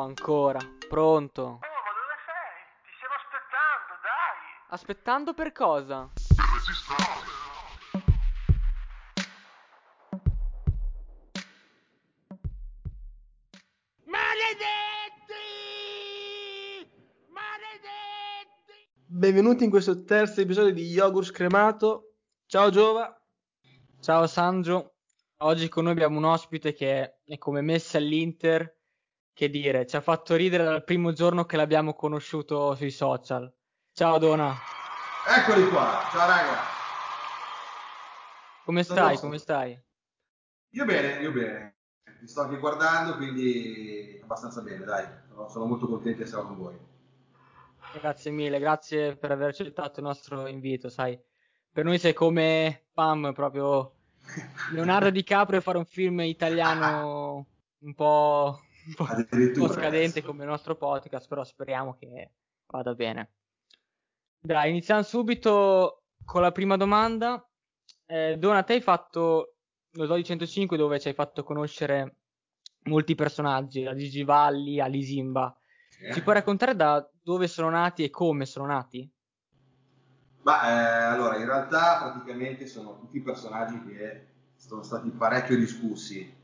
ancora. Pronto? Oh, ma dove sei? Ti stiamo aspettando, dai! Aspettando per cosa? Maledetti! Maledetti! Benvenuti in questo terzo episodio di Yogurt Scremato. Ciao Giova. Ciao Sandro. Oggi con noi abbiamo un ospite che è come Messi all'Inter. Che dire, ci ha fatto ridere dal primo giorno che l'abbiamo conosciuto sui social. Ciao Dona. Eccoli qua, ciao raga. Come stai? Come stai? Io bene. Vi sto anche guardando, quindi abbastanza bene, dai. Sono molto contento di essere con voi. Grazie mille, grazie per aver accettato il nostro invito, sai. Per noi sei come Pam, proprio Leonardo DiCaprio e fare un film italiano un po' Addirittura. scadente come il nostro podcast, però speriamo che vada bene. Dai, iniziamo subito con la prima domanda. Dona, te hai fatto lo Zoo di 105 dove ci hai fatto conoscere molti personaggi, da Gigi Valli a Lisimba. Ci puoi raccontare da dove sono nati e come sono nati? Allora, in realtà praticamente sono tutti personaggi che sono stati parecchio discussi,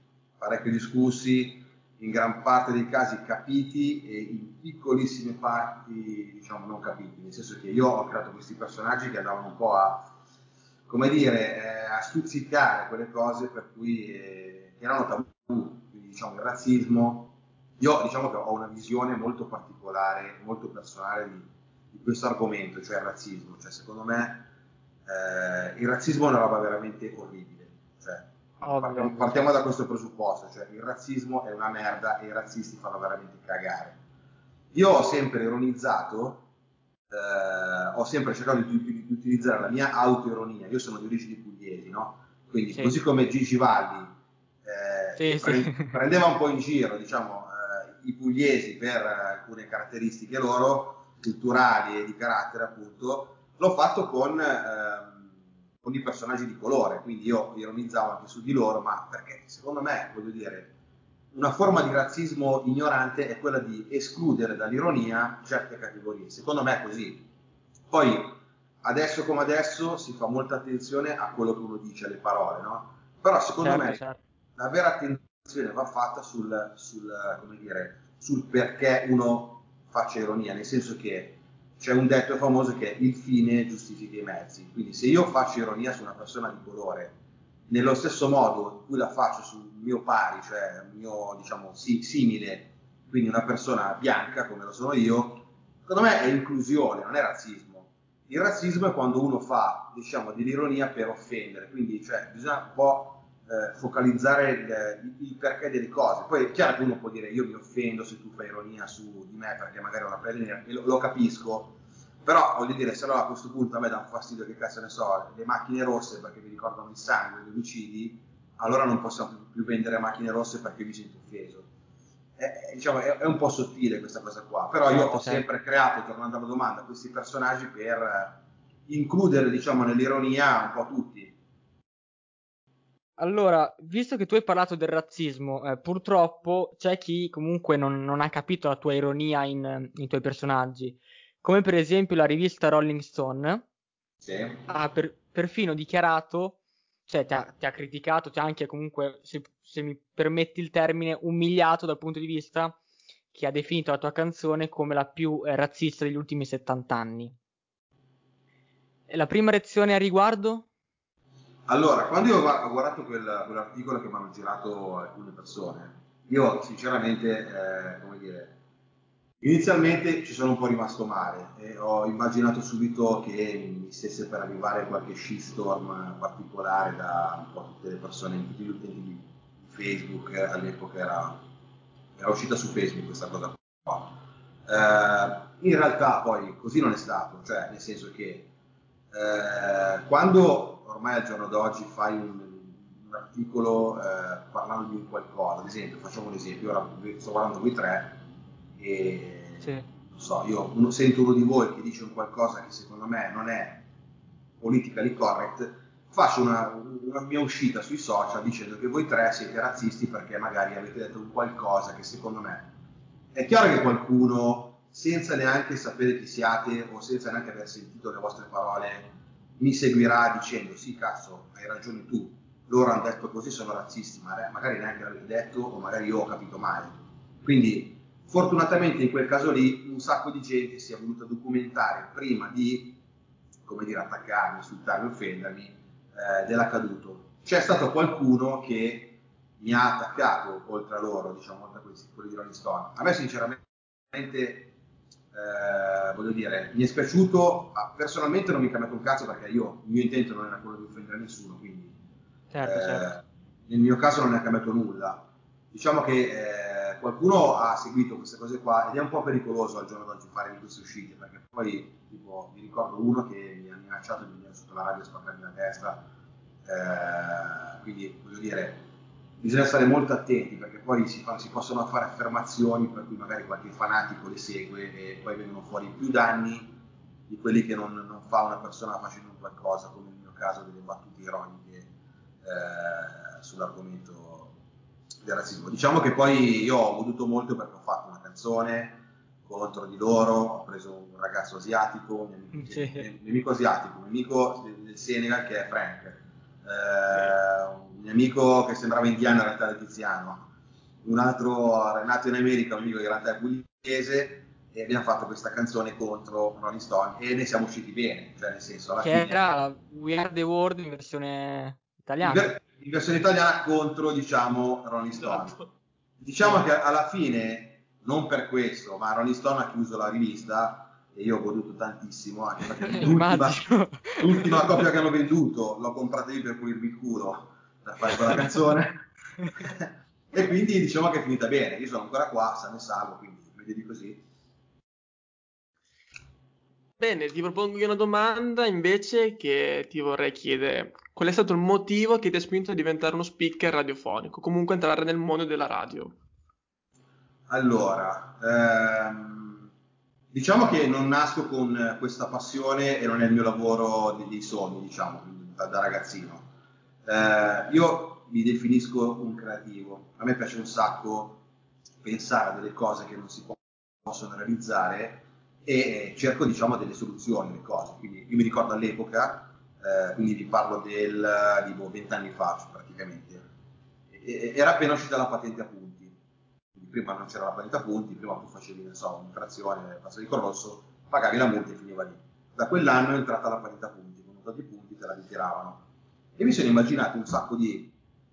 in gran parte dei casi capiti e in piccolissime parti, diciamo, non capiti, nel senso che io ho creato questi personaggi che andavano un po' come dire, a stuzzicare quelle cose per cui erano tabù, quindi diciamo il razzismo. Io diciamo che ho una visione molto particolare, molto personale di questo argomento, cioè il razzismo. Cioè, secondo me il razzismo è una roba veramente orribile. Cioè, Ovvio. partiamo da questo presupposto, cioè il razzismo è una merda e i razzisti fanno veramente cagare. Io ho sempre ironizzato, ho sempre cercato di utilizzare la mia autoironia. Io sono di origini pugliesi, no? Quindi Sì. così come Gigi Valli Sì. prendeva un po' in giro, diciamo, i pugliesi per alcune caratteristiche loro, culturali e di carattere appunto, l'ho fatto con i personaggi di colore, quindi io ironizzavo anche su di loro, ma perché secondo me, voglio dire, una forma di razzismo ignorante è quella di escludere dall'ironia certe categorie, secondo me è così. Poi, adesso come adesso, si fa molta attenzione a quello che uno dice, alle parole, no? Però secondo me Certo. la vera attenzione va fatta come dire, sul perché uno faccia ironia, nel senso che c'è un detto famoso che il fine giustifica i mezzi. Quindi se io faccio ironia su una persona di colore, nello stesso modo in cui la faccio sul mio pari, cioè il mio, diciamo, simile, quindi una persona bianca come lo sono io, secondo me è inclusione, non è razzismo. Il razzismo è quando uno fa, diciamo, dell'ironia per offendere, quindi cioè, bisogna un po' focalizzare il perché delle cose. Poi è chiaro che uno può dire io mi offendo se tu fai ironia su di me perché magari ho la pelle nera, e lo capisco, però voglio dire, se allora a questo punto a me dà un fastidio, che cazzo ne so, le macchine rosse perché mi ricordano il sangue, gli omicidi, allora non possiamo più vendere macchine rosse perché mi sento offeso. Diciamo, è un po' sottile questa cosa qua, però io ho sempre creato, tornando alla domanda, questi personaggi per includere, diciamo, nell'ironia un po' tutti. Allora, visto che tu hai parlato del razzismo, purtroppo c'è chi comunque non ha capito la tua ironia nei tuoi personaggi, come per esempio la rivista Rolling Stone Sì. ha perfino dichiarato, cioè ti ha criticato, ti ha anche comunque, se mi permetti il termine, umiliato dal punto di vista che ha definito la tua canzone come la più razzista degli ultimi 70 anni. E la prima reazione a riguardo? Allora, quando io ho guardato quell'articolo che mi hanno girato alcune persone, io sinceramente, come dire, inizialmente ci sono un po' rimasto male e ho immaginato subito che mi stesse per arrivare qualche shitstorm particolare da un po' tutte le persone, tutti gli utenti di Facebook. All'epoca era uscita su Facebook questa cosa qua. In realtà poi così non è stato, cioè nel senso che quando ormai al giorno d'oggi fai un articolo parlando di un qualcosa, ad esempio, facciamo un esempio, ora sto guardando voi tre e Sì. non so, io sento uno di voi che dice un qualcosa che secondo me non è politically correct, faccio una mia uscita sui social dicendo che voi tre siete razzisti perché magari avete detto un qualcosa che secondo me è chiaro che qualcuno, senza neanche sapere chi siate o senza neanche aver sentito le vostre parole, mi seguirà dicendo sì, cazzo, hai ragione tu, loro hanno detto così, sono razzisti, ma magari neanche l'avete detto o magari io ho capito male. Quindi fortunatamente in quel caso lì un sacco di gente si è voluta documentare prima di, come dire, attaccarmi, insultarmi, offendermi dell'accaduto. C'è stato qualcuno che mi ha attaccato oltre a loro, diciamo, oltre a quelli di Rolling Stone. A me sinceramente, voglio dire, mi è spiaciuto, personalmente non mi è cambiato un cazzo perché il mio intento non era quello di offendere nessuno, quindi certo. nel mio caso non è cambiato nulla. Diciamo che qualcuno ha seguito queste cose qua ed è un po' pericoloso al giorno d'oggi fare di queste uscite, perché poi tipo, mi ricordo uno che mi ha minacciato di venire sotto la radio a spaccarmi la testa, quindi voglio dire, bisogna stare molto attenti perché poi si possono fare affermazioni per cui magari qualche fanatico le segue e poi vengono fuori più danni di quelli che non fa una persona facendo qualcosa, come nel mio caso delle battute ironiche sull'argomento del razzismo. Diciamo che poi io ho goduto molto perché ho fatto una canzone contro di loro, ho preso un ragazzo asiatico, un nemico asiatico, un amico del Senegal che è Frank, un mio amico che sembrava indiano in realtà è egiziano, un altro nato in America, un amico che in realtà è pugliese, e abbiamo fatto questa canzone contro Rolling Stone e ne siamo usciti bene, cioè nel senso alla fine era We Are the World in versione italiana. In versione italiana contro, diciamo, Rolling Stone. Esatto. Diciamo che alla fine, non per questo, ma Rolling Stone ha chiuso la rivista e io ho goduto tantissimo, anche perché l'ultima copia che hanno venduto l'ho comprata io per pulirmi il culo per fare quella canzone e quindi diciamo che è finita bene. Io sono ancora qua, sano e salvo, quindi meglio di così. Bene, ti propongo io una domanda invece che ti vorrei chiedere. Qual è stato il motivo che ti ha spinto a diventare uno speaker radiofonico, comunque entrare nel mondo della radio? Allora, diciamo che non nasco con questa passione e non è il mio lavoro dei sogni, diciamo, da ragazzino. Io mi definisco un creativo, a me piace un sacco pensare a delle cose che non si possono realizzare e cerco, diciamo, delle soluzioni alle cose. Quindi io mi ricordo all'epoca, quindi vi parlo di 20 anni fa praticamente, era appena uscita la patente a punti. Quindi prima non c'era la patente a punti, prima tu facevi, non so, un'infrazione, passavi col rosso, pagavi la multa e finiva lì. Da quell'anno è entrata la patente a punti, con un tot di punti te la ritiravano. E mi sono immaginato un sacco di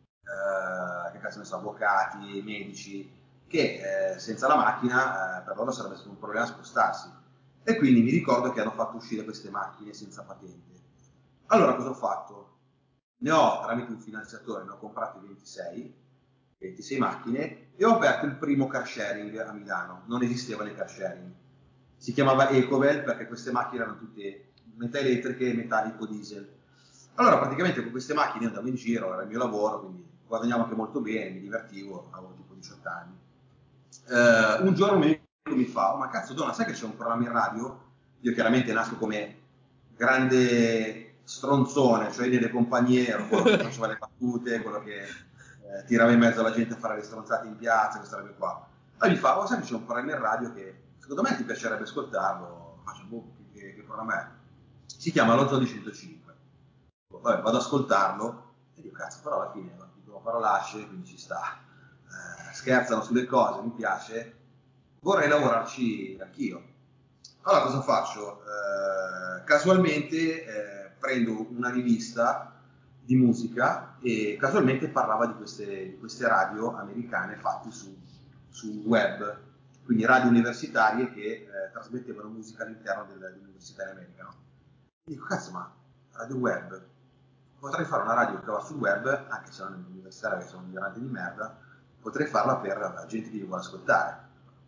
che cazzo ne so, avvocati, medici, che senza la macchina per loro sarebbe stato un problema spostarsi. E quindi mi ricordo che hanno fatto uscire queste macchine senza patente. Allora cosa ho fatto? Tramite un finanziatore, ne ho comprate 26 macchine e ho aperto il primo car sharing a Milano. Non esistevano i car sharing. Si chiamava Ecovel perché queste macchine erano tutte metà elettriche e metà tipo diesel. Allora praticamente con queste macchine andavo in giro, era il mio lavoro, quindi guadagnavo anche molto bene, mi divertivo, avevo tipo 18 anni. Un giorno un mio amico mi fa, ma cazzo Donna, sai che c'è un programma in radio? Io chiaramente nasco come grande stronzone, cioè nelle compagnie ero quello che faceva le battute, quello che tirava in mezzo alla gente a fare le stronzate in piazza, questa roba qua. E mi fa, sai che c'è un programma in radio che secondo me ti piacerebbe ascoltarlo? Faccio, che programma è? Si chiama Lo Zoo di 105. Vabbè, vado ad ascoltarlo e dico, cazzo, però alla fine dicono parolacce, quindi ci sta. Scherzano sulle cose, mi piace, vorrei lavorarci anch'io. Allora cosa faccio? Casualmente prendo una rivista di musica e casualmente parlava di queste radio americane fatte sul web, quindi radio universitarie che trasmettevano musica all'interno dell'università in America. No? E dico, cazzo, ma radio web? Potrei fare una radio che va sul web, anche se non è universitaria, che sono un ignorante di merda, potrei farla per la gente che mi vuole ascoltare.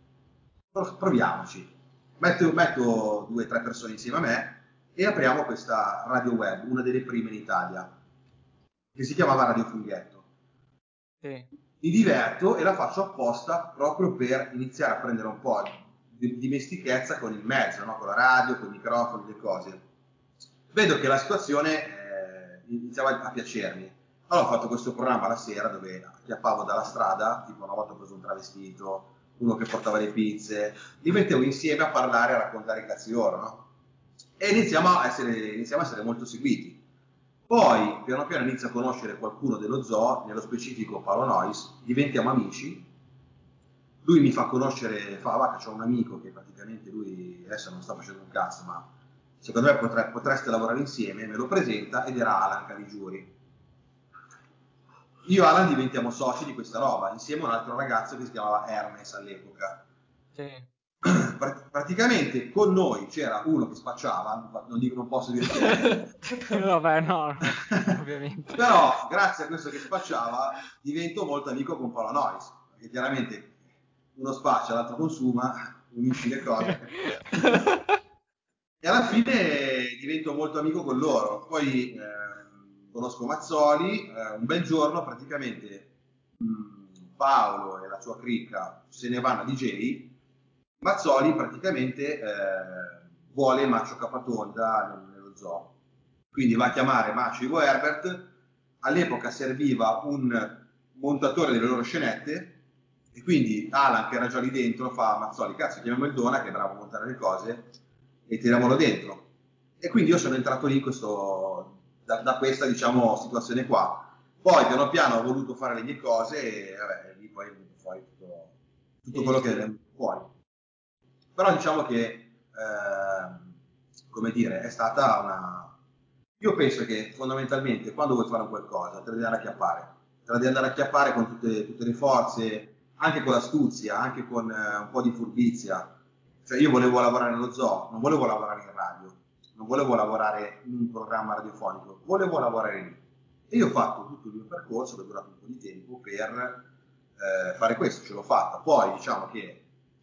Proviamoci. Metto 2 o 3 persone insieme a me e apriamo questa radio web, una delle prime in Italia, che si chiamava Radio Funghetto. Sì. Mi diverto e la faccio apposta proprio per iniziare a prendere un po' di dimestichezza con il mezzo, no? Con la radio, con i microfoni, le cose. Vedo che la situazione iniziava a piacermi. Allora ho fatto questo programma la sera dove acchiappavo dalla strada, tipo una volta ho preso un travestito, uno che portava le pizze, li mettevo insieme a parlare, a raccontare i cazzi loro, no? E iniziamo a essere molto seguiti. Poi piano piano inizio a conoscere qualcuno dello zoo, nello specifico Paolo Nois, diventiamo amici. Lui mi fa conoscere, va che c'ho un amico che praticamente lui adesso non sta facendo un cazzo, ma secondo me potreste lavorare insieme, me lo presenta ed era Alan Caligiuri. Io e Alan diventiamo soci di questa roba, insieme a un altro ragazzo che si chiamava Hermes all'epoca. Sì. Praticamente con noi c'era uno che spacciava, non posso dire che Vabbè, no, ovviamente. però grazie a questo che spacciava divento molto amico con Paolo Nois, perché chiaramente uno spaccia, l'altro consuma, unisci le cose e alla fine divento molto amico con loro. Poi conosco Mazzoli, un bel giorno praticamente Paolo e la sua cricca se ne vanno a DJ. Mazzoli praticamente vuole Maccio Capatonda nello zoo, quindi va a chiamare Maccio Ivo Herbert. All'epoca serviva un montatore delle loro scenette e quindi Alan, che era già lì dentro, fa: Mazzoli, cazzo, chiamiamo il Dona che è bravo a montare le cose e tiriamolo dentro. E quindi io sono entrato lì da questa, diciamo, situazione qua. Poi piano piano ho voluto fare le mie cose e vabbè, lì poi è venuto fuori tutto quello che è venuto fuori. Però diciamo che, come dire, è stata una... Io penso che fondamentalmente quando vuoi fare qualcosa te la devi andare a acchiappare. Te la devi andare a acchiappare con tutte le forze, anche con l'astuzia, anche con un po' di furbizia. Cioè io volevo lavorare nello zoo, non volevo lavorare in radio, non volevo lavorare in un programma radiofonico, volevo lavorare lì. E io ho fatto tutto il mio percorso, che è durato un po' di tempo, per fare questo, ce l'ho fatta. Poi diciamo che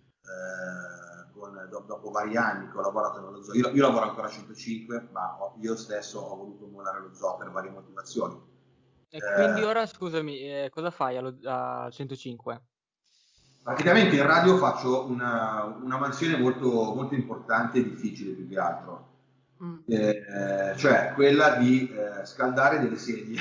dopo vari anni che ho lavorato nello zoo, io lavoro ancora a 105, ma io stesso ho voluto mollare lo zoo per varie motivazioni. E quindi ora, scusami, cosa fai a 105? Praticamente in radio faccio una mansione molto, molto importante e difficile più che altro, cioè quella di scaldare delle sedie.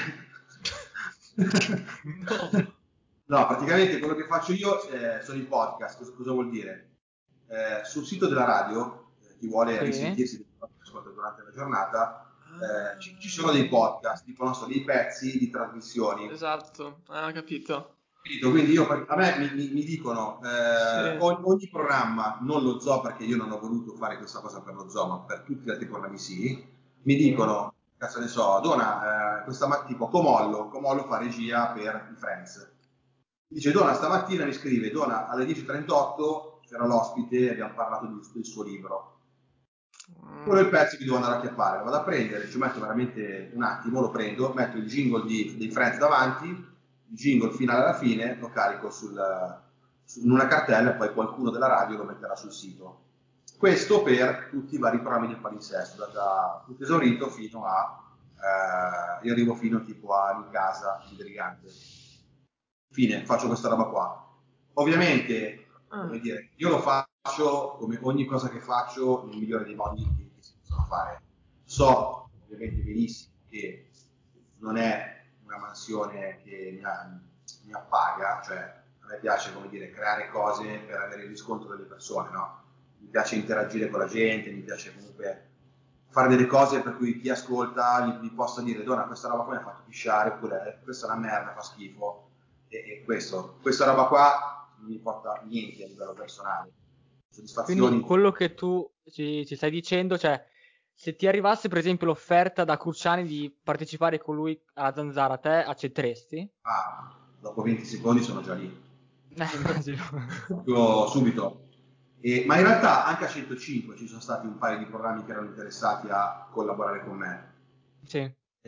No, praticamente quello che faccio io sono i podcast. Cosa vuol dire? Sul sito della radio, chi vuole risentirsi durante la giornata, ci sono dei podcast, tipo non so, dei pezzi di trasmissioni. Esatto, capito. Quindi a me mi dicono ogni programma, non lo zoo perché io non ho voluto fare questa cosa per lo zoo, ma per tutti gli altri programmi sì, mi dicono, cazzo ne so, Dona, questa mattina, tipo Comollo fa regia per i Friends. Dice Dona, stamattina mi scrive, Dona, alle 10:38 c'era l'ospite e abbiamo parlato del suo libro. Quello è il pezzo che devo andare a chiappare, lo vado a prendere, ci metto veramente un attimo, lo prendo, metto il jingle dei Friends davanti, il jingle finale alla fine, lo carico in una cartella e poi qualcuno della radio lo metterà sul sito. Questo per tutti i vari programmi del palinsesto, da tutto esaurito fino a... io arrivo fino tipo a In Casa, il Brigante. Fine, faccio questa roba qua. Ovviamente, come dire, io lo faccio come ogni cosa che faccio nel migliore dei modi che si possono fare. So ovviamente benissimo che non è una mansione che mi appaga, cioè a me piace, come dire, creare cose per avere il riscontro delle persone, no? Mi piace interagire con la gente, mi piace comunque fare delle cose per cui chi ascolta gli possa dire: Donna, questa roba qua mi ha fatto pisciare, oppure questa è una merda, fa schifo. E questa roba qua non mi porta niente a livello personale. Soddisfazioni. Quindi quello che tu ci stai dicendo, cioè, se ti arrivasse per esempio l'offerta da Cruciani di partecipare con lui alla Zanzara, te accetteresti? Dopo 20 secondi sono già lì. Immagino. Proprio subito. Ma in realtà anche a 105 ci sono stati un paio di programmi che erano interessati a collaborare con me. Sì.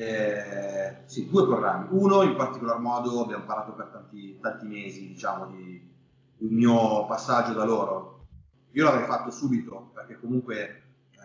Sì, 2 programmi. Uno in particolar modo abbiamo parlato per tanti mesi, diciamo, del mio passaggio da loro. Io l'avrei fatto subito perché comunque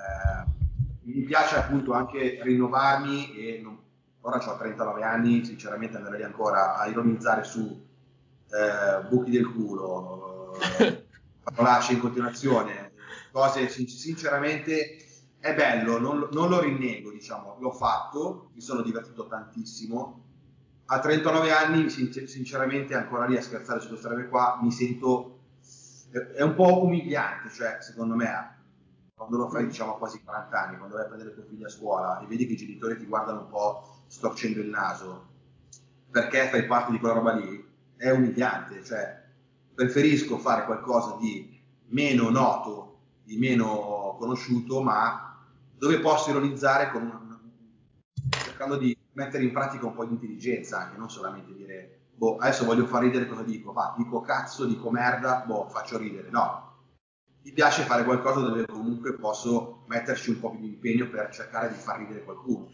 mi piace appunto anche rinnovarmi e ora ho 39 anni, sinceramente andrei ancora a ironizzare su buchi del culo, parolacce in continuazione, cose sinceramente. È bello, non lo rinnego, diciamo, l'ho fatto, mi sono divertito tantissimo. A 39 anni, sinceramente, ancora lì a scherzare su queste robe qua, mi sento è un po' umiliante, cioè secondo me quando lo fai diciamo a quasi 40 anni, quando vai a prendere tuo figlio a scuola e vedi che i genitori ti guardano un po' storcendo il naso perché fai parte di quella roba lì, è umiliante, cioè preferisco fare qualcosa di meno noto, di meno conosciuto, ma dove posso ironizzare cercando di mettere in pratica un po' di intelligenza, anche non solamente dire boh, adesso voglio far ridere, cosa dico? Dico cazzo, dico merda, boh, faccio ridere. No, mi piace fare qualcosa dove comunque posso metterci un po' più di impegno per cercare di far ridere qualcuno.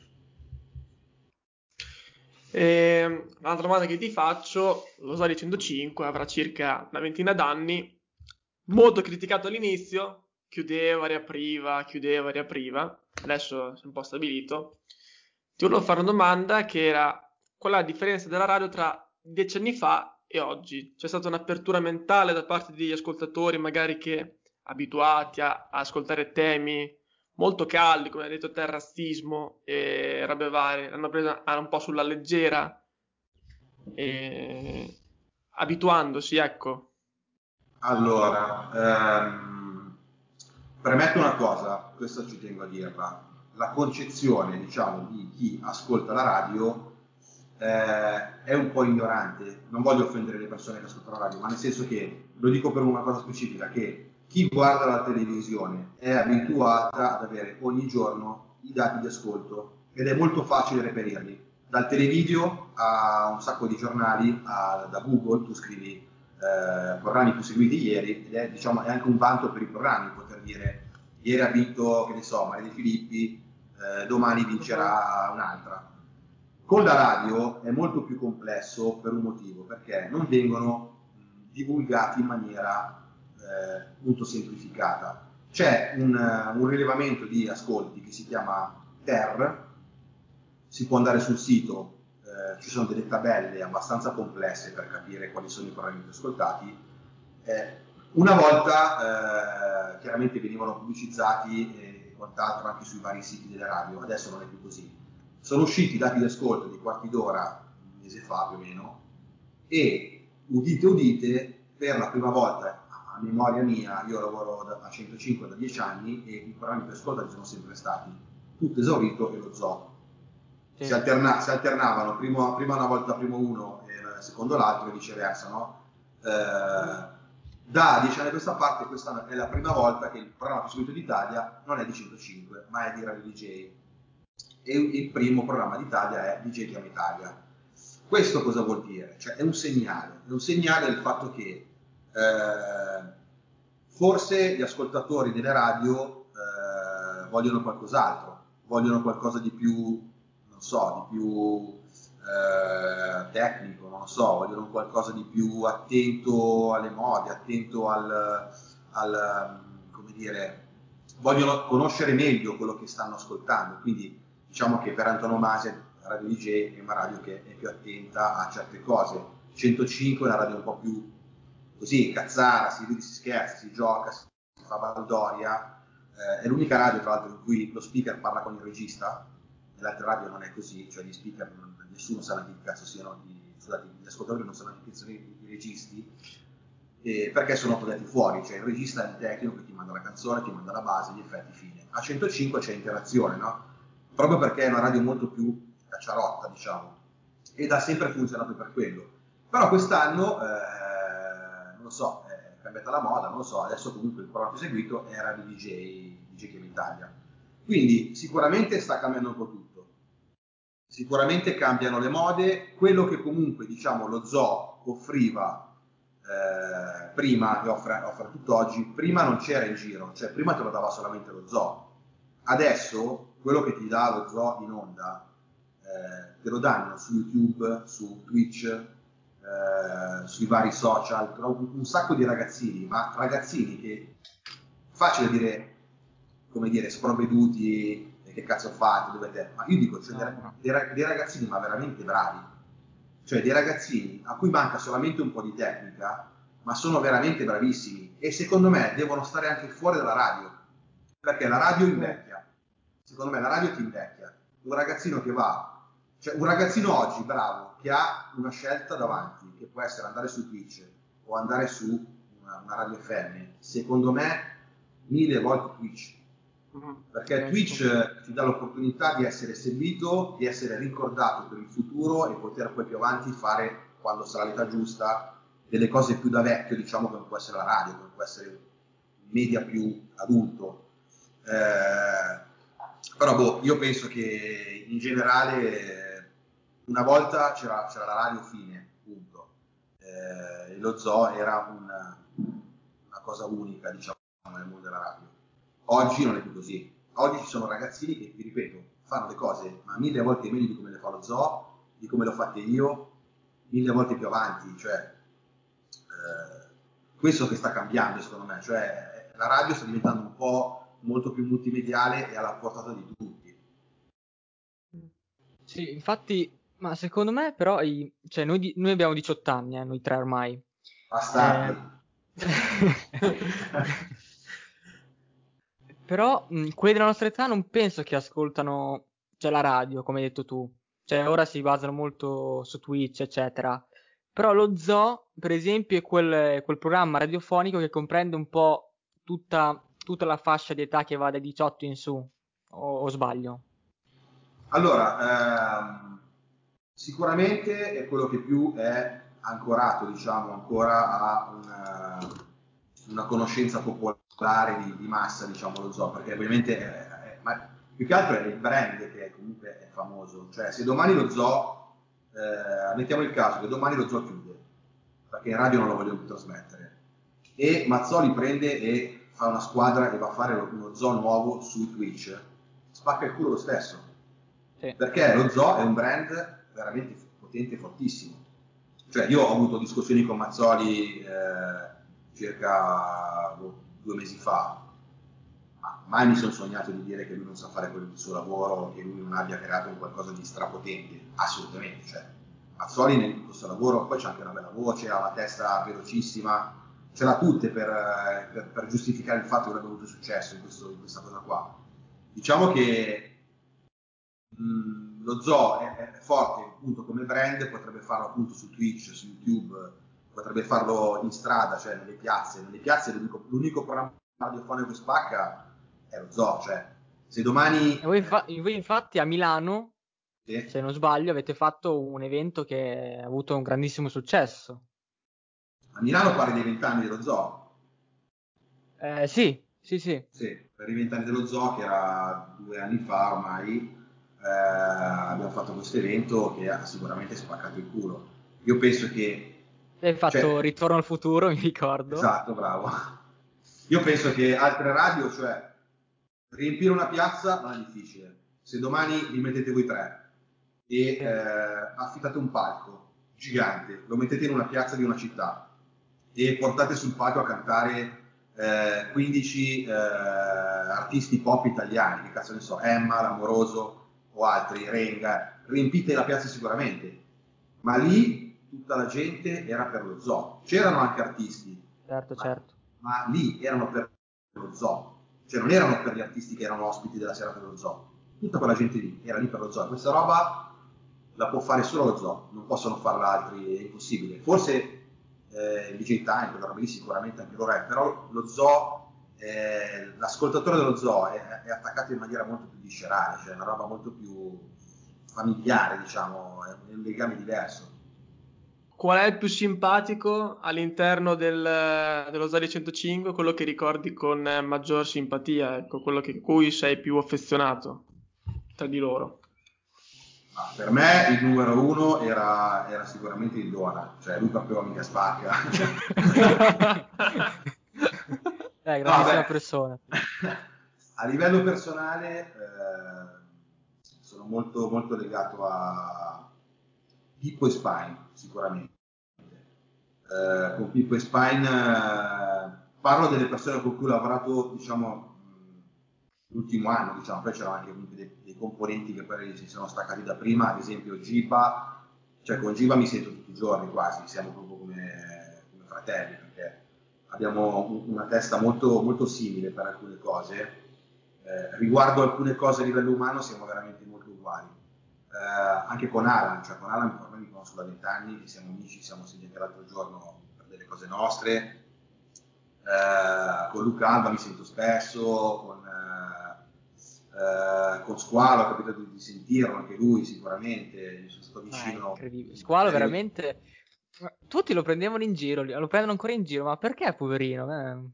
Un'altra domanda che ti faccio, lo Zodi 105 avrà circa una ventina d'anni, molto criticato all'inizio, chiudeva, riapriva, adesso si è un po' stabilito. Ti volevo fare una domanda che era qual è la differenza della radio tra 10 anni fa e oggi? C'è stata un'apertura mentale da parte degli ascoltatori, magari che abituati a ascoltare temi molto caldi, come hai detto te, razzismo e robe varie, l'hanno presa un po' sulla leggera, abituandosi, ecco. Allora, premetto una cosa, questo ci tengo a dirla. La concezione, diciamo, di chi ascolta la radio è un po' ignorante. Non voglio offendere le persone che ascoltano la radio, ma nel senso che, lo dico per una cosa specifica, che chi guarda la televisione è abituata ad avere ogni giorno i dati di ascolto ed è molto facile reperirli. Dal televideo a un sacco di giornali, da Google, tu scrivi programmi più seguiti ieri ed è, diciamo, è anche un vanto per i programmi poter dire ieri ha vinto, che ne so, Maria De Filippi, domani vincerà un'altra. Con la radio è molto più complesso per un motivo, perché non vengono divulgati in maniera molto semplificata. C'è un rilevamento di ascolti che si chiama TER, si può andare sul sito, ci sono delle tabelle abbastanza complesse per capire quali sono i programmi più ascoltati. Una volta chiaramente venivano pubblicizzati e quant'altro anche sui vari siti delle radio, adesso non è più così. Sono usciti i dati di ascolto di quarti d'ora, un mese fa più o meno, e udite, per la prima volta, a memoria mia, io lavoro a 105 da 10 anni e i programmi più ascoltati sono sempre stati Tutto Esaurito e lo Zoo. Sì. Si alternavano, prima una volta primo uno e secondo l'altro e viceversa, no? Da 10 anni a questa parte, questa è la prima volta che il programma più seguito d'Italia non è di 105, ma è di Radio DJ. E il primo programma d'Italia è DJ Chiama Italia. Questo cosa vuol dire? Cioè è un segnale del fatto che forse gli ascoltatori delle radio vogliono qualcos'altro, vogliono qualcosa di più, non so, di più tecnico, non lo so, vogliono qualcosa di più attento alle mode, attento al come dire, vogliono conoscere meglio quello che stanno ascoltando, quindi diciamo che per antonomasia Radio DJ è una radio che è più attenta a certe cose. 105 è una radio un po' più così, cazzara, si ride, si scherza, si gioca, si fa baldoria. È l'unica radio tra l'altro in cui lo speaker parla con il regista, nelle altre radio non è così, cioè gli speaker nessuno sa che cazzo siano, gli ascoltatori non sanno che sono i registi, perché sono tagliati fuori, cioè il regista è il tecnico che ti manda la canzone, ti manda la base, gli effetti, fine. A 105 c'è interazione, no? Proprio perché è una radio molto più cacciarotta, diciamo, ed ha sempre funzionato per quello. Però quest'anno, non lo so, è cambiata la moda, non lo so, adesso comunque il programma più seguito era di DJ Chiama Italia. Quindi sicuramente sta cambiando un po' tutto, sicuramente cambiano le mode, quello che comunque diciamo lo zoo offriva prima e offre tutt'oggi, prima non c'era in giro, cioè prima te lo dava solamente lo zoo. Adesso quello che ti dà lo zoo in onda te lo danno su YouTube, su Twitch, sui vari social, un sacco di ragazzini, ma ragazzini che facile dire, come dire, sprovveduti, che cazzo fate, dovete... Ma io dico, cioè, dei ragazzini ma veramente bravi, cioè dei ragazzini a cui manca solamente un po' di tecnica, ma sono veramente bravissimi e secondo me devono stare anche fuori dalla radio, perché la radio invecchia, secondo me la radio ti invecchia. Un ragazzino che va, cioè un ragazzino oggi bravo, che ha una scelta davanti, che può essere andare su Twitch o andare su una radio FM, secondo me 1000 volte Twitch. Perché Twitch ti dà l'opportunità di essere seguito, di essere ricordato per il futuro e poter poi più avanti fare, quando sarà l'età giusta, delle cose più da vecchio, diciamo, come può essere la radio, come può essere il media più adulto. Però io penso che in generale una volta c'era la radio fine, punto. E lo zoo era una cosa unica, diciamo, nel mondo della radio. Oggi non è più così. Oggi ci sono ragazzini che, vi ripeto, fanno le cose ma 1000 volte meglio di come le fa lo zoo, di come l'ho fatte io, 1000 volte più avanti. Cioè, questo che sta cambiando, secondo me. Cioè, la radio sta diventando un po' molto più multimediale e alla portata di tutti. Sì, infatti, ma secondo me però, cioè, noi abbiamo 18 anni, noi tre ormai. Bastardi. Però quelli della nostra età non penso che ascoltano, cioè, la radio, come hai detto tu. Cioè, ora si basano molto su Twitch, eccetera. Però lo Zoo, per esempio, è quel programma radiofonico che comprende un po' tutta la fascia di età che va dai 18 in su, o sbaglio? Allora, sicuramente è quello che più è ancorato, diciamo, ancora a una conoscenza popolare di massa, diciamo, lo zoo, perché ovviamente ma più che altro è il brand che comunque è famoso. Cioè, se domani lo zoo, mettiamo il caso che domani lo zoo chiude, perché in radio non lo vogliono più trasmettere, e Mazzoli prende e fa una squadra e va a fare uno zoo nuovo su Twitch, spacca il culo lo stesso. Sì. Perché lo zoo è un brand veramente potente e fortissimo. Cioè, io ho avuto discussioni con Mazzoli circa 2 mesi fa, ma mai mi sono sognato di dire che lui non sa fare il suo lavoro, che lui non abbia creato un qualcosa di strapotente, assolutamente. Cioè, Mazzoli nel questo lavoro poi c'ha anche una bella voce, ha una testa velocissima, ce l'ha tutte per giustificare il fatto che abbia avuto successo in questa cosa qua. Diciamo che lo zoo è forte appunto come brand, potrebbe farlo appunto su Twitch, su YouTube, potrebbe farlo in strada, cioè nelle piazze. Nelle piazze l'unico programma radiofonico che spacca è lo zoo. Cioè, se domani... E voi infatti a Milano, Sì. se non sbaglio, avete fatto un evento che ha avuto un grandissimo successo. A Milano parli dei 20 anni dello zoo. Sì. Sì, per i 20 anni dello zoo, che era 2 anni fa ormai, abbiamo fatto questo evento che ha sicuramente spaccato il culo. Io penso che... Hai fatto cioè, Ritorno al futuro, mi ricordo. esatto, bravo. Io penso che altre radio, cioè riempire una piazza non è difficile. Se domani vi mettete voi tre e affittate un palco gigante, lo mettete in una piazza di una città e portate sul palco a cantare 15 artisti pop italiani, che cazzo ne so, Emma, L'Amoroso o altri, Renga, riempite la piazza sicuramente, ma lì tutta la gente era per lo zoo. C'erano anche artisti, Certo. ma lì erano per lo zoo, cioè non erano per gli artisti che erano ospiti della serata dello zoo. Tutta quella gente lì era lì per lo zoo. Questa roba la può fare solo lo zoo, non possono farla altri, è impossibile. Forse il DJ Time, quella roba lì sicuramente anche loro è, però lo zoo, l'ascoltatore dello zoo è attaccato in maniera molto più viscerale, cioè è una roba molto più familiare, diciamo, è un legame diverso. Qual è il più simpatico all'interno dello Zari 105, quello che ricordi con maggior simpatia, ecco, quello che cui sei più affezionato tra di loro? Ma per me il numero uno era sicuramente il Dona, cioè lui proprio mica spacca. Grandissima persona. A livello personale sono molto, molto legato a Pippo e Spine, sicuramente. Con Pippo e Spine parlo delle persone con cui ho lavorato, diciamo, l'ultimo anno, diciamo. Poi c'erano anche dei componenti che poi si sono staccati da prima, ad esempio Giba, cioè con Giba mi sento tutti i giorni quasi, siamo proprio come fratelli, perché abbiamo una testa molto, molto simile per alcune cose. Riguardo alcune cose a livello umano siamo veramente molto uguali. Anche con Alan, cioè con Alan ormai mi conosco da 20 anni, siamo amici, siamo sentiti anche l'altro giorno per delle cose nostre. con Luca Alba mi sento spesso, con Squalo ho capito di sentirlo, anche lui sicuramente, mi sono stato vicino. Incredibile. Squalo veramente... Tutti lo prendevano in giro, lo prendono ancora in giro, ma perché poverino?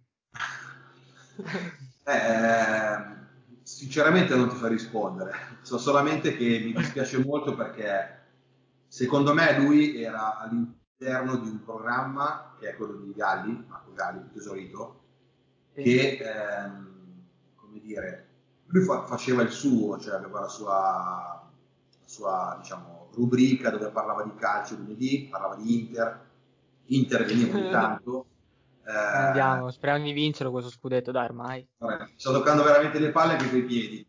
Sinceramente non ti so rispondere, so solamente che mi dispiace molto perché secondo me lui era all'interno di un programma che è quello di Marco Galli, il Tesorito, che come dire, lui faceva il suo, cioè aveva la sua diciamo, rubrica dove parlava di calcio lunedì, parlava di Inter veniva ogni tanto. Andiamo, speriamo di vincerlo questo scudetto, dai ormai. Vabbè, sto toccando veramente le palle anche coi piedi.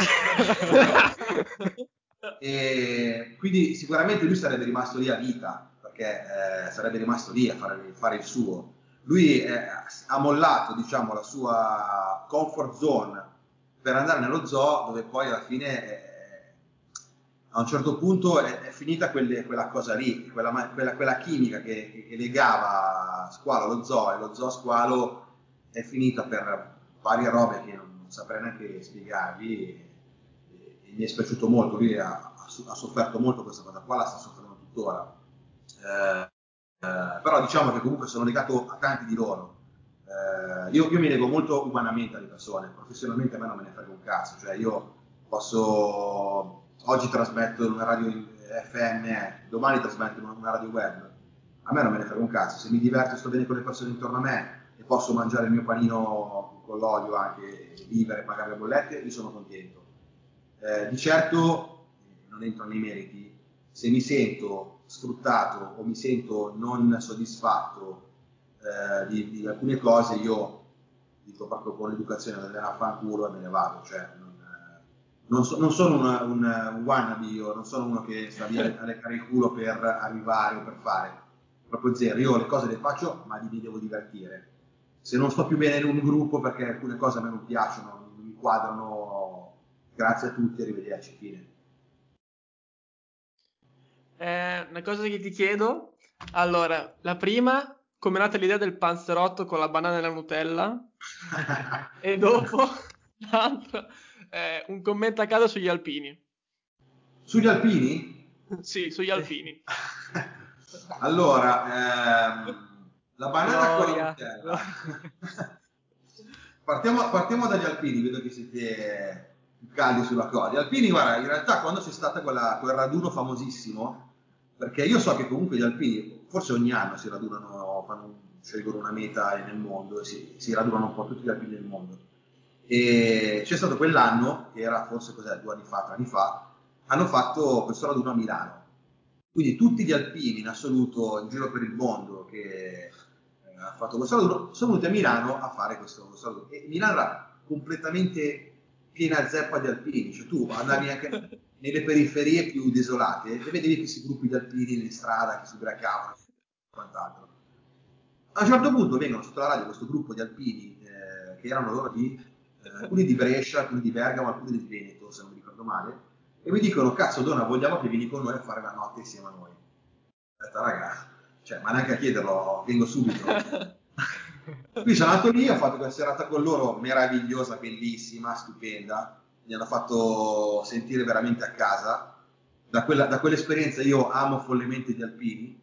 E quindi sicuramente lui sarebbe rimasto lì a vita, perché sarebbe rimasto lì a fare il suo. Lui ha mollato, diciamo, la sua comfort zone per andare nello zoo, dove poi alla fine a un certo punto è finita quella cosa lì, quella chimica che legava Squalo allo zoo e lo zoo Squalo è finita per varie robe che non saprei neanche spiegarvi. E mi è spiaciuto molto, lui ha sofferto molto questa cosa qua, la sta soffrendo tuttora. Però diciamo che comunque sono legato a tanti di loro. Io mi leggo molto umanamente alle persone, professionalmente a me non me ne frega un cazzo, cioè io posso oggi trasmetto in una radio FM, domani trasmetto in una radio web, a me non me ne frega un cazzo, se mi diverto e sto bene con le persone intorno a me e posso mangiare il mio panino con l'olio anche e vivere e pagare le bollette, io sono contento. Di certo, non entro nei meriti, se mi sento sfruttato o mi sento non soddisfatto di alcune cose, io dico proprio con l'educazione, andare a fanculo e me ne vado, cioè non sono un wannabe, io non sono uno che sta lì a leccare il culo per arrivare o per fare, proprio zero, io le cose le faccio ma mi devo divertire. Se non sto più bene in un gruppo perché alcune cose a me non piacciono, non mi quadrano, grazie a tutti, arrivederci, fine. Una cosa che ti chiedo, allora, la prima, come è nata l'idea del panzerotto con la banana e la Nutella? E dopo, l'altra, un commento a caso sugli alpini. Sugli alpini? Sì, sugli alpini. Allora, la banana con la Gloria. Nutella. Partiamo dagli alpini, vedo che siete caldi sulla cosa. Gli alpini, guarda, in realtà quando c'è stato quel raduno famosissimo, perché io so che comunque gli alpini, forse ogni anno si radunano, scelgono una meta nel mondo, si radunano un po' tutti gli alpini del mondo. E c'è stato quell'anno, che era forse 2 anni fa, 3 anni fa, hanno fatto questo raduno a Milano. Quindi tutti gli alpini in assoluto in giro per il mondo che ha fatto questo raduno sono venuti a Milano a fare questo raduno. E Milano era completamente piena zeppa di alpini, cioè tu andavi anche nelle periferie più desolate e vedevi questi gruppi di alpini in strada che si ubriacavano e quant'altro. A un certo punto vengono sotto la radio questo gruppo di alpini che erano loro alcuni di Brescia, alcuni di Bergamo, alcuni di Veneto, se non mi ricordo male, e mi dicono, cazzo Donna, vogliamo che vieni con noi a fare la notte insieme a noi. Ho detto, raga, cioè, ma neanche a chiederlo, vengo subito. Qui sono andato lì, ho fatto questa serata con loro meravigliosa, bellissima, stupenda, mi hanno fatto sentire veramente a casa. Da quell'esperienza io amo follemente gli alpini.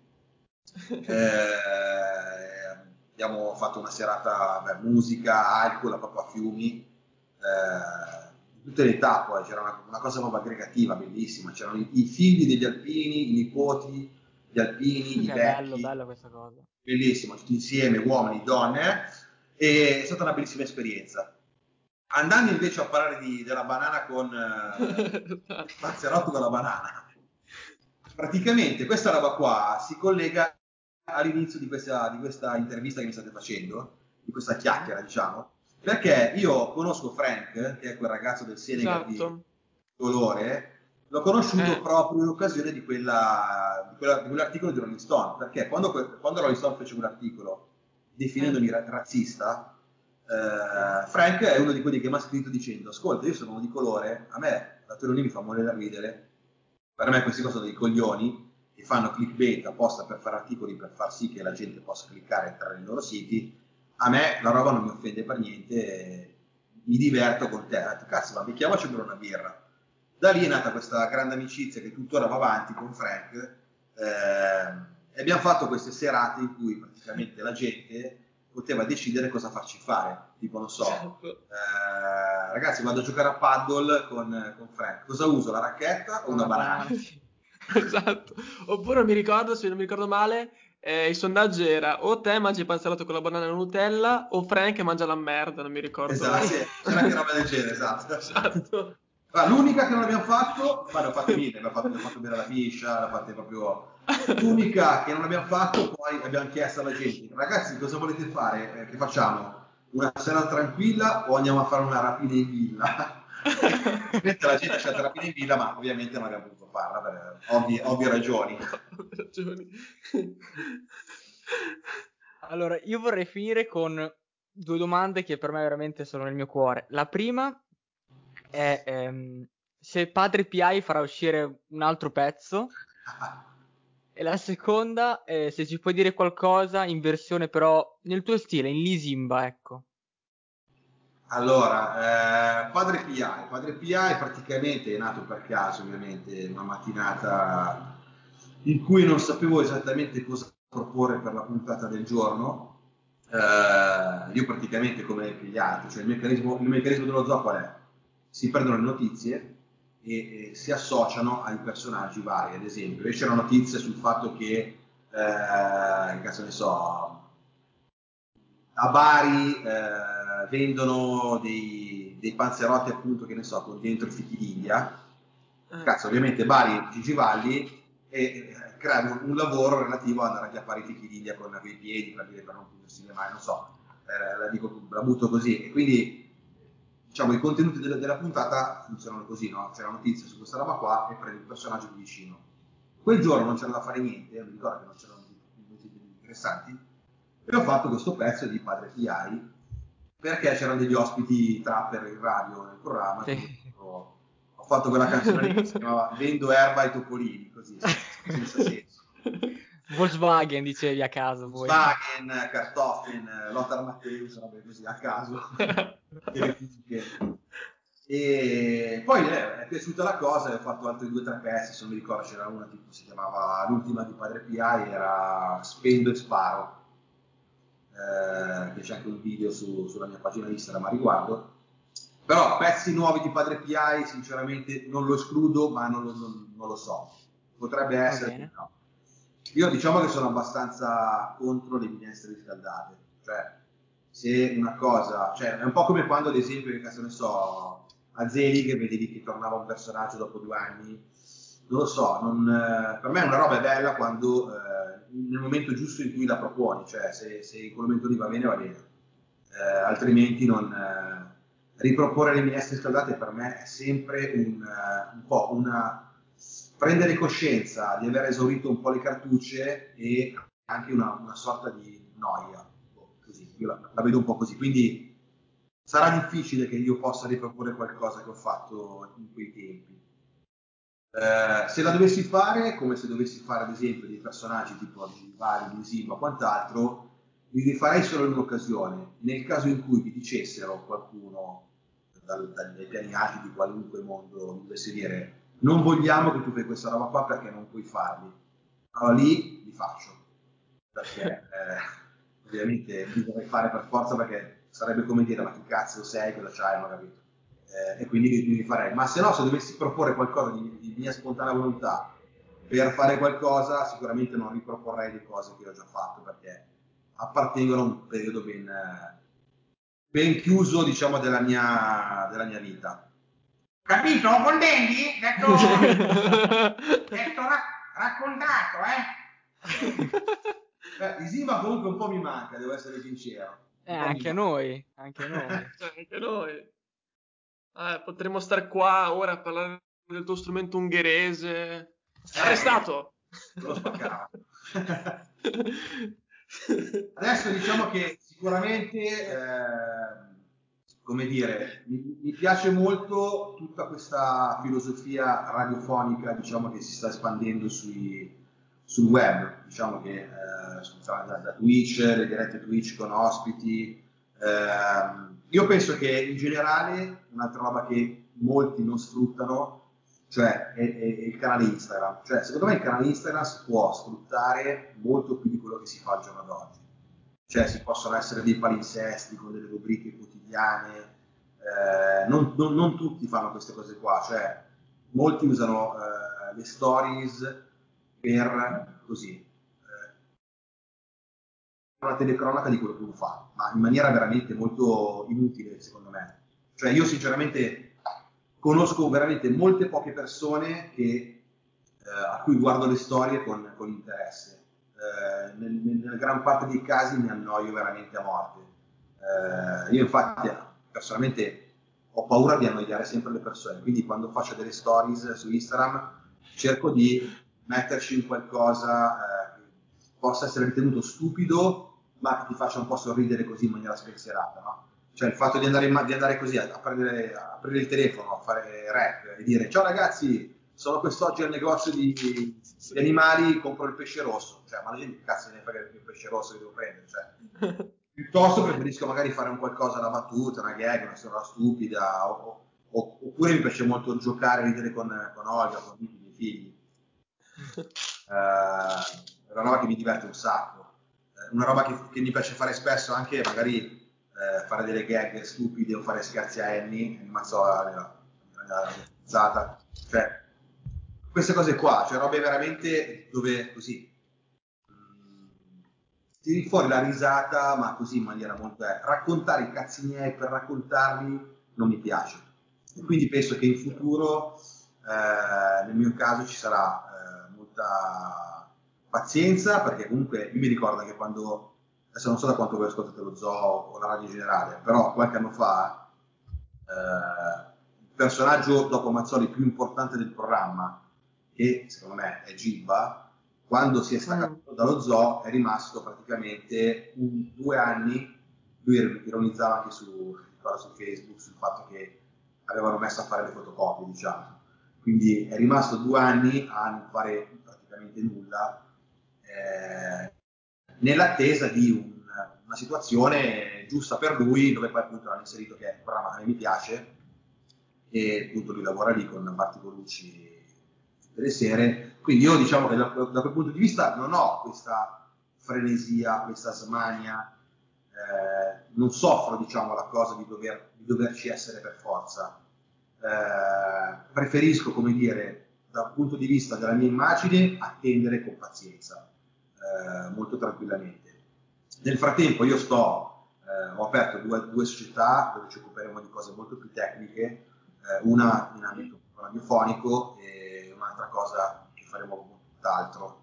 Abbiamo fatto una serata, musica, alcol, proprio a fiumi, tutte le età, poi c'era una cosa proprio aggregativa, bellissima, c'erano i figli degli alpini, i nipoti, gli alpini, i vecchi, Bello questa cosa. bellissimo, tutti insieme, uomini, donne, e è stata una bellissima esperienza. Andando invece a parlare della banana con Panzerotto con la banana, praticamente questa roba qua si collega all'inizio di questa intervista che mi state facendo, di questa chiacchiera, diciamo, perché io conosco Frank, che è quel ragazzo del Senegal di colore, l'ho conosciuto proprio in occasione di quell'articolo di Rolling Stone, perché quando Rolling Stone fece un articolo definendomi razzista, Frank è uno di quelli che mi ha scritto dicendo, ascolta, io sono uno di colore, a me la Tonini mi fa morire da ridere, per me questi qua sono dei coglioni che fanno clickbait apposta per fare articoli per far sì che la gente possa cliccare e entrare nei loro siti. a me la roba non mi offende per niente, mi diverto con te, cazzo, va, becchiamoci per una birra. Da lì è nata questa grande amicizia che tuttora va avanti con Frank, e abbiamo fatto queste serate in cui praticamente la gente poteva decidere cosa farci fare, tipo non so, ragazzi vado a giocare a paddle con Frank, cosa uso, la racchetta o una banana? Sì. Esatto. Oppure mi ricordo, se non mi ricordo male, il sondaggio era o te mangi il panzerotto con la banana e la Nutella o Frank mangia la merda, non mi ricordo. Esatto, sì, c'era anche roba del genere, esatto. Esatto. L'unica che non abbiamo fatto, ma ne ho fatto mille, abbiamo fatto bere la piscia, l'ha fatta proprio. L'unica che non abbiamo fatto, poi abbiamo chiesto alla gente, ragazzi cosa volete fare? Che facciamo? Una sera tranquilla o andiamo a fare una rapina in villa? La gente ha scelto rapina in villa, ma ovviamente non abbiamo potuto farla per ovvie ragioni. Allora, io vorrei finire con due domande che per me veramente sono nel mio cuore. La prima è se Padre P.I. farà uscire un altro pezzo, e la seconda è se ci puoi dire qualcosa in versione però nel tuo stile, in Lisimba, ecco. Allora, Padre P.I. praticamente è nato per caso, ovviamente, una mattinata in cui non sapevo esattamente cosa proporre per la puntata del giorno. Io praticamente come gli altri, cioè il meccanismo dello zoo qual è? Si prendono le notizie e si associano ai personaggi vari. Ad esempio, esce una notizia sul fatto che, che cazzo ne so, a Bari vendono dei panzerotti, appunto, che ne so, con dentro i fichi d'India. Cazzo, ovviamente Bari, Gigi Valli, e creano un lavoro relativo ad andare a chiappare i fichi d'India con i piedi, per dire, per non pungersi le mani, non so, la butto così. E quindi, diciamo, i contenuti della puntata funzionano così, no? C'è la notizia su questa roba qua e prendi il personaggio di vicino. Quel giorno non c'era da fare niente, mi ricordo che non c'erano notizie interessanti, e ho fatto questo pezzo di Padre P.I. perché c'erano degli ospiti trapper in radio nel programma. Sì. Ho fatto quella canzone lì che si chiamava Vendo erba ai topolini, così, senza senso. Volkswagen dicevi a caso voi. Volkswagen, Kartoffeln, Lothar Matthäus, robe così a caso. E poi è piaciuta la cosa e ho fatto altri 2 o 3 pezzi, se non mi ricordo c'era una tipo si chiamava l'ultima di Padre P.I. era Spendo e Sparo, che c'è anche un video sulla mia pagina Instagram a riguardo. Però pezzi nuovi di Padre P.I. sinceramente non lo escludo, ma non lo so, potrebbe essere che no. Io diciamo che sono abbastanza contro le minestre riscaldate, cioè se una cosa, cioè è un po' come quando ad esempio, che cazzo ne so, a Zelig vedevi che tornava un personaggio dopo 2 anni, non lo so, per me una roba è bella quando nel momento giusto in cui la proponi, cioè se in quel momento lì va bene, altrimenti non riproporre le minestre scaldate per me è sempre un po' prendere coscienza di aver esaurito un po' le cartucce e anche una sorta di noia, così, io la vedo un po' così, quindi sarà difficile che io possa riproporre qualcosa che ho fatto in quei tempi. Se la dovessi fare, come se dovessi fare ad esempio dei personaggi tipo di Vari, di Simba o quant'altro, li rifarei solo in un'occasione. Nel caso in cui vi dicessero qualcuno dai piani alti di qualunque mondo mi dovesse dire non vogliamo che tu fai questa roba qua perché non puoi farli, allora lì li faccio, perché ovviamente li dovrei fare per forza, perché sarebbe come dire ma che cazzo sei, cosa c'hai, non ho capito. E quindi li farei, ma se no, se dovessi proporre qualcosa di mia spontanea volontà per fare qualcosa, sicuramente non riproporrei le cose che ho già fatto, perché appartengono a un periodo ben chiuso, diciamo, della mia vita. Capito? Comprendi? Detto raccontato, Isima comunque un po' mi manca, devo essere sincero. Anche a noi, anche a noi. Anche noi. Potremmo stare qua ora a parlare del tuo strumento ungherese. Arrestato! Lo spaccava. Adesso diciamo che sicuramente, come dire, mi piace molto tutta questa filosofia radiofonica, diciamo, che si sta espandendo sul web, diciamo che da Twitch, le dirette Twitch con ospiti. Io penso che in generale un'altra roba che molti non sfruttano, cioè è il canale Instagram. Cioè, secondo me il canale Instagram si può sfruttare molto più di quello che si fa al giorno d'oggi. Cioè si possono essere dei palinsesti con delle rubriche quotidiane, non tutti fanno queste cose qua, cioè molti usano le stories per così una telecronaca di quello che uno fa, ma in maniera veramente molto inutile secondo me. Cioè io sinceramente conosco veramente molte poche persone a cui guardo le storie con interesse. Nella gran parte dei casi mi annoio veramente a morte. Io infatti personalmente ho paura di annoiare sempre le persone, quindi quando faccio delle stories su Instagram cerco di metterci in qualcosa che possa essere ritenuto stupido, ma che ti faccia un po' sorridere così in maniera spensierata, no? Cioè il fatto di andare così a aprire il telefono, a fare rec e dire ciao ragazzi, sono quest'oggi al negozio di animali, compro il pesce rosso. Cioè, ma la gente che cazzo ne frega il pesce rosso che devo prendere? Cioè, piuttosto preferisco magari fare un qualcosa, una battuta, una gag, una storia stupida, oppure mi piace molto giocare, ridere con Olga, con i miei figli. È una roba che mi diverte un sacco. Una roba che mi piace fare spesso anche magari fare delle gag stupide o fare scherzi a Annie Mazzola, cioè queste cose qua, cioè robe veramente dove così tiri fuori la risata, ma così in maniera molto raccontare i cazzi miei per raccontarli non mi piace, e quindi penso che in futuro nel mio caso ci sarà molta pazienza, perché comunque io mi ricordo che quando, adesso non so da quanto voi ascoltate lo Zoo o la radio in generale, però qualche anno fa il personaggio dopo Mazzoli più importante del programma, che secondo me è Gibba, quando si è staccato dallo Zoo è rimasto praticamente 2 anni. Lui ironizzava anche su Facebook sul fatto che avevano messo a fare le fotocopie, diciamo. Quindi è rimasto 2 anni a non fare praticamente nulla, nell'attesa di una situazione giusta per lui, dove poi appunto l'hanno inserito, che è un programma che a me mi piace, e appunto lui lavora lì con Marti Colucci tutte le sere. Quindi io diciamo che da quel punto di vista non ho questa frenesia, questa smania, non soffro, diciamo, la cosa di doverci essere per forza. Preferisco, come dire, dal punto di vista della mia immagine, attendere con pazienza, molto tranquillamente. Nel frattempo io ho aperto due società dove ci occuperemo di cose molto più tecniche, una in ambito radiofonico e un'altra cosa che faremo tutt'altro.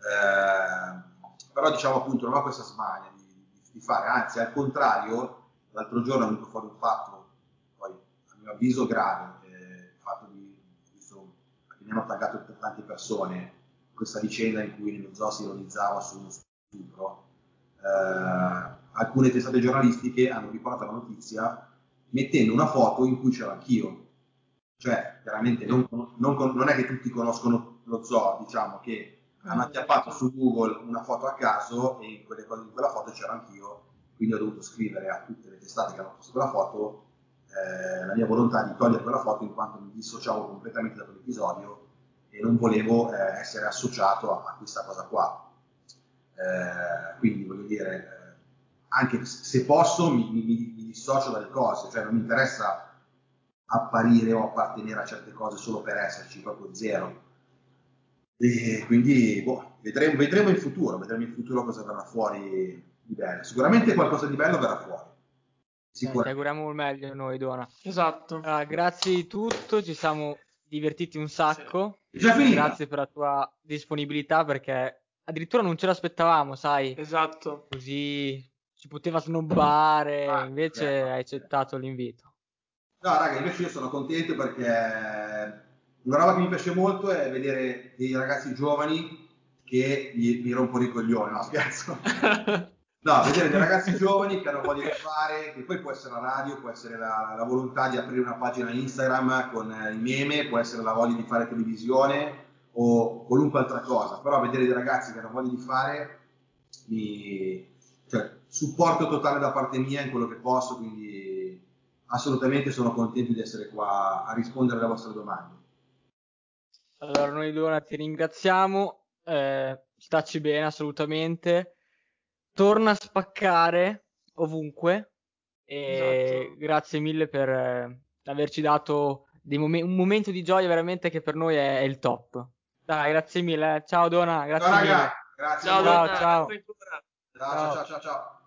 Però diciamo appunto non ho questa smania di fare, anzi al contrario, l'altro giorno è venuto fuori un fatto, poi a mio avviso grave, il fatto che mi hanno taggato tante persone, questa vicenda in cui nello zoo si ironizzava su uno stupro. Alcune testate giornalistiche hanno riportato la notizia mettendo una foto in cui c'ero anch'io. Cioè, chiaramente non è che tutti conoscono lo zoo, diciamo che hanno acchiappato su Google una foto a caso e in quella foto c'ero anch'io, quindi ho dovuto scrivere a tutte le testate che hanno posto quella foto la mia volontà di togliere quella foto, in quanto mi dissociavo completamente da quell'episodio e non volevo essere associato a questa cosa qua. Quindi voglio dire, anche se posso mi dissocio dalle cose, cioè non mi interessa apparire o appartenere a certe cose solo per esserci, proprio zero. E quindi vedremo in futuro cosa verrà fuori di bello. Sicuramente qualcosa di bello verrà fuori. Ti auguriamo il meglio noi, Dona. Esatto. Grazie di tutto, ci siamo divertiti un sacco. È già finita. Grazie per la tua disponibilità, perché addirittura non ce l'aspettavamo, sai. Esatto. Così ci poteva snobbare, invece hai accettato l'invito. No, raga, invece io sono contento perché una roba che mi piace molto è vedere dei ragazzi giovani che mi rompono i coglioni, no scherzo. No, vedere dei ragazzi giovani che hanno voglia di fare, che poi può essere la radio, può essere la volontà di aprire una pagina Instagram con i meme, può essere la voglia di fare televisione, o qualunque altra cosa, però vedere dei ragazzi che hanno voglia di fare, cioè, supporto totale da parte mia in quello che posso, quindi assolutamente sono contento di essere qua a rispondere alle vostre domande. Allora, noi Dona ti ringraziamo, staci bene assolutamente, torna a spaccare ovunque e Esatto. grazie mille per averci dato un momento di gioia veramente che per noi è il top. Dai, grazie mille. Ciao Dona, Ciao grazie raga, mille. grazie Ciao a voi. Ciao, Donna, ciao. grazie ancora. Ciao, ciao, ciao, ciao, ciao.